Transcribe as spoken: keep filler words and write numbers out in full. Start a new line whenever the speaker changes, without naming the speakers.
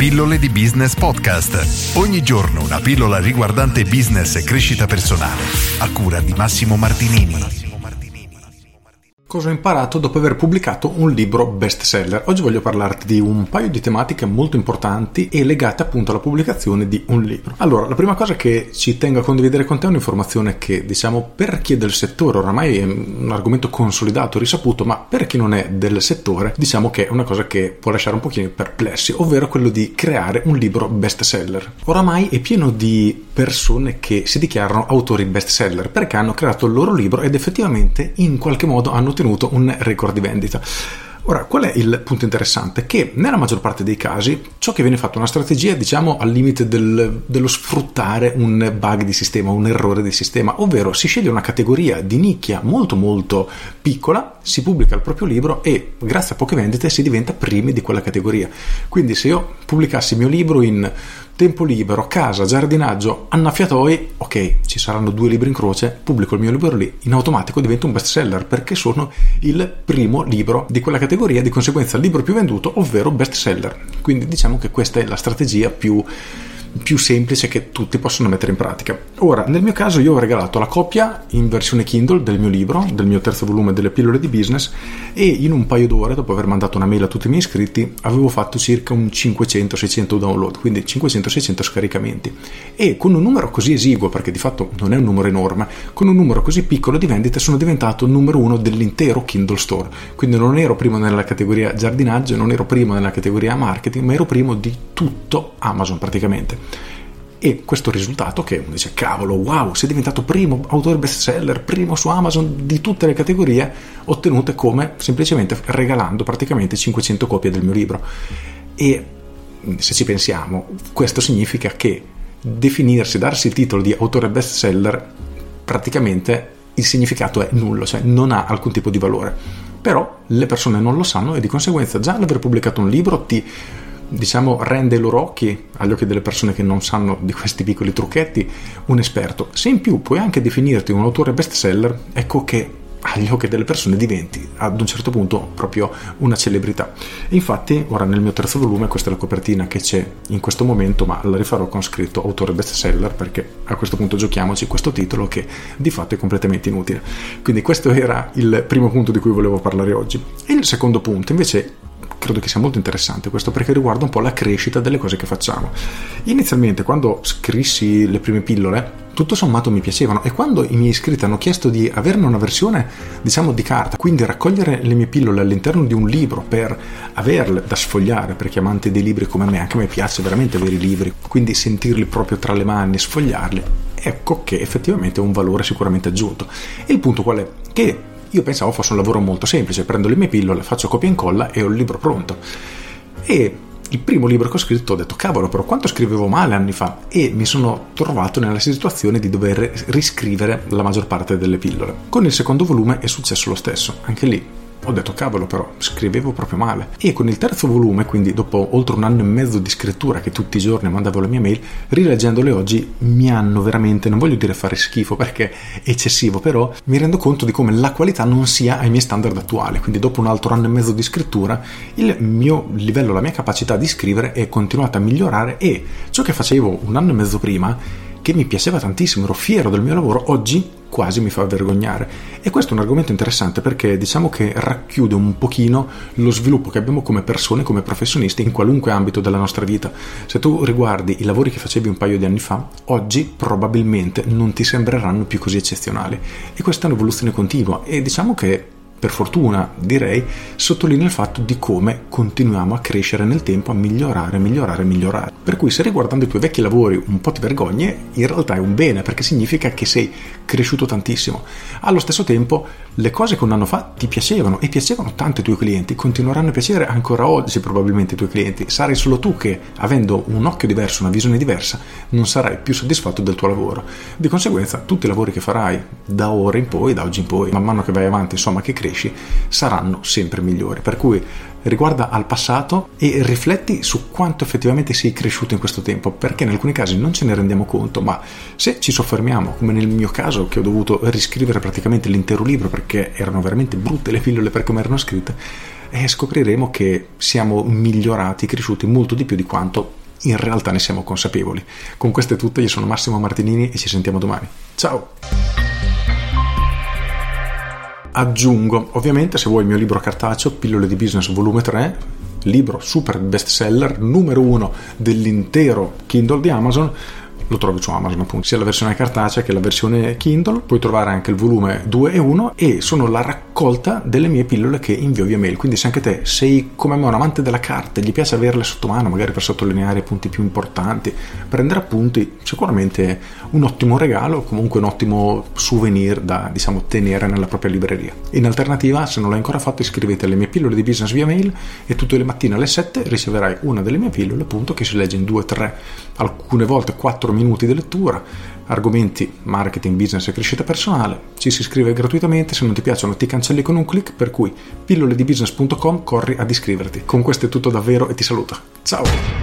Pillole di Business Podcast. Ogni giorno una pillola riguardante business e crescita personale. A cura di Massimo Martinini.
Cosa ho imparato dopo aver pubblicato un libro bestseller? Oggi voglio parlarti di un paio di tematiche molto importanti e legate appunto alla pubblicazione di un libro. Allora, la prima cosa che ci tengo a condividere con te è un'informazione che, diciamo, per chi è del settore oramai è un argomento consolidato, risaputo, ma per chi non è del settore, diciamo che è una cosa che può lasciare un pochino perplessi, ovvero quello di creare un libro bestseller. Oramai è pieno di persone che si dichiarano autori bestseller perché hanno creato il loro libro ed effettivamente in qualche modo hanno ottenuto un record di vendita. Ora, qual è il punto interessante? Che nella maggior parte dei casi ciò che viene fatto è una strategia, diciamo, al limite del, dello sfruttare un bug di sistema, un errore di sistema, ovvero si sceglie una categoria di nicchia molto molto piccola, si pubblica il proprio libro e grazie a poche vendite si diventa primi di quella categoria. Quindi se io pubblicassi il mio libro in tempo libero, casa, giardinaggio, annaffiatoi, ok, ci saranno due libri in croce, pubblico il mio libro lì, in automatico divento un bestseller perché sono il primo libro di quella categoria, di conseguenza il libro più venduto, ovvero bestseller. Quindi diciamo che questa è la strategia più più semplice che tutti possono mettere in pratica. Ora, nel mio caso io ho regalato la copia in versione Kindle del mio libro, del mio terzo volume delle pillole di business, e in un paio d'ore, dopo aver mandato una mail a tutti i miei iscritti, avevo fatto circa un cinquecento seicento download, quindi cinquecento seicento scaricamenti, e con un numero così esiguo, perché di fatto non è un numero enorme, con un numero così piccolo di vendite sono diventato il numero uno dell'intero Kindle Store. Quindi non ero primo nella categoria giardinaggio, non ero primo nella categoria marketing, ma ero primo di tutto Amazon praticamente. E questo risultato che uno dice cavolo, wow, sei diventato primo autore bestseller, primo su Amazon di tutte le categorie, ottenute come semplicemente regalando praticamente cinquecento copie del mio libro. E se ci pensiamo, questo significa che definirsi, darsi il titolo di autore bestseller, praticamente il significato è nullo, cioè non ha alcun tipo di valore. Però le persone non lo sanno e di conseguenza già l'aver pubblicato un libro ti, diciamo, rende i loro occhi, agli occhi delle persone che non sanno di questi piccoli trucchetti, un esperto. Se in più puoi anche definirti un autore bestseller, ecco che agli occhi delle persone diventi ad un certo punto proprio una celebrità. Infatti ora nel mio terzo volume, questa è la copertina che c'è in questo momento, ma la rifarò con scritto autore bestseller perché a questo punto giochiamoci questo titolo che di fatto è completamente inutile. Quindi questo era il primo punto di cui volevo parlare oggi. E il secondo punto invece credo che sia molto interessante questo perché riguarda un po' la crescita delle cose che facciamo. Inizialmente quando scrissi le prime pillole tutto sommato mi piacevano e quando i miei iscritti hanno chiesto di averne una versione, diciamo, di carta, quindi raccogliere le mie pillole all'interno di un libro per averle da sfogliare, perché amanti dei libri come me, anche a me piace veramente avere i libri, quindi sentirli proprio tra le mani, sfogliarli, ecco che effettivamente è un valore sicuramente aggiunto. E il punto qual è? Che io pensavo fosse un lavoro molto semplice, prendo le mie pillole, faccio copia e incolla e ho il libro pronto. E il primo libro che ho scritto ho detto cavolo, però quanto scrivevo male anni fa, e mi sono trovato nella situazione di dover riscrivere la maggior parte delle pillole. Con il secondo volume è successo lo stesso, anche lì ho detto cavolo, però scrivevo proprio male. E con il terzo volume, quindi dopo oltre un anno e mezzo di scrittura che tutti i giorni mandavo la mia mail, rileggendole oggi mi hanno veramente, non voglio dire fare schifo perché è eccessivo, però mi rendo conto di come la qualità non sia ai miei standard attuali. Quindi dopo un altro anno e mezzo di scrittura il mio livello, la mia capacità di scrivere è continuata a migliorare e ciò che facevo un anno e mezzo prima, che mi piaceva tantissimo, ero fiero del mio lavoro, oggi quasi mi fa vergognare. E questo è un argomento interessante perché diciamo che racchiude un pochino lo sviluppo che abbiamo come persone, come professionisti in qualunque ambito della nostra vita. Se tu riguardi i lavori che facevi un paio di anni fa, oggi probabilmente non ti sembreranno più così eccezionali, e questa è un'evoluzione continua e diciamo che per fortuna, direi, sottolinea il fatto di come continuiamo a crescere nel tempo, a migliorare, migliorare, migliorare. Per cui se riguardando i tuoi vecchi lavori un po' ti vergogni, in realtà è un bene, perché significa che sei cresciuto tantissimo. Allo stesso tempo, le cose che un anno fa ti piacevano e piacevano tanto ai tuoi clienti, continueranno a piacere ancora oggi probabilmente ai tuoi clienti. Sarai solo tu che, avendo un occhio diverso, una visione diversa, non sarai più soddisfatto del tuo lavoro. Di conseguenza, tutti i lavori che farai da ora in poi, da oggi in poi, man mano che vai avanti, insomma, che cresci, saranno sempre migliori. Per cui riguarda al passato e rifletti su quanto effettivamente sei cresciuto in questo tempo, perché in alcuni casi non ce ne rendiamo conto, ma se ci soffermiamo, come nel mio caso che ho dovuto riscrivere praticamente l'intero libro perché erano veramente brutte le pillole per come erano scritte, e scopriremo che siamo migliorati, cresciuti molto di più di quanto in realtà ne siamo consapevoli. Con questo è tutto, io sono Massimo Martinini e ci sentiamo domani. Ciao! Aggiungo, ovviamente, se vuoi il mio libro cartaceo, Pillole di Business volume tre, libro super bestseller, numero uno dell'intero Kindle di Amazon. Lo trovi su Amazon, appunto, sia la versione cartacea che la versione Kindle. Puoi trovare anche il volume due e uno e sono la raccolta delle mie pillole che invio via mail. Quindi se anche te sei come me un amante della carta e gli piace averle sotto mano, magari per sottolineare i punti più importanti, prendere appunti, sicuramente un ottimo regalo, comunque un ottimo souvenir da, diciamo, tenere nella propria libreria. In alternativa, se non l'hai ancora fatto, iscriviti alle mie pillole di business via mail e tutte le mattine alle sette riceverai una delle mie pillole, appunto, che si legge in due, tre, alcune volte quattro minuti di lettura, argomenti marketing, business e crescita personale. Ci si iscrive gratuitamente, se non ti piacciono ti cancelli con un click, per cui pillole di business punto com, corri ad iscriverti. Con questo è tutto davvero e ti saluto. Ciao!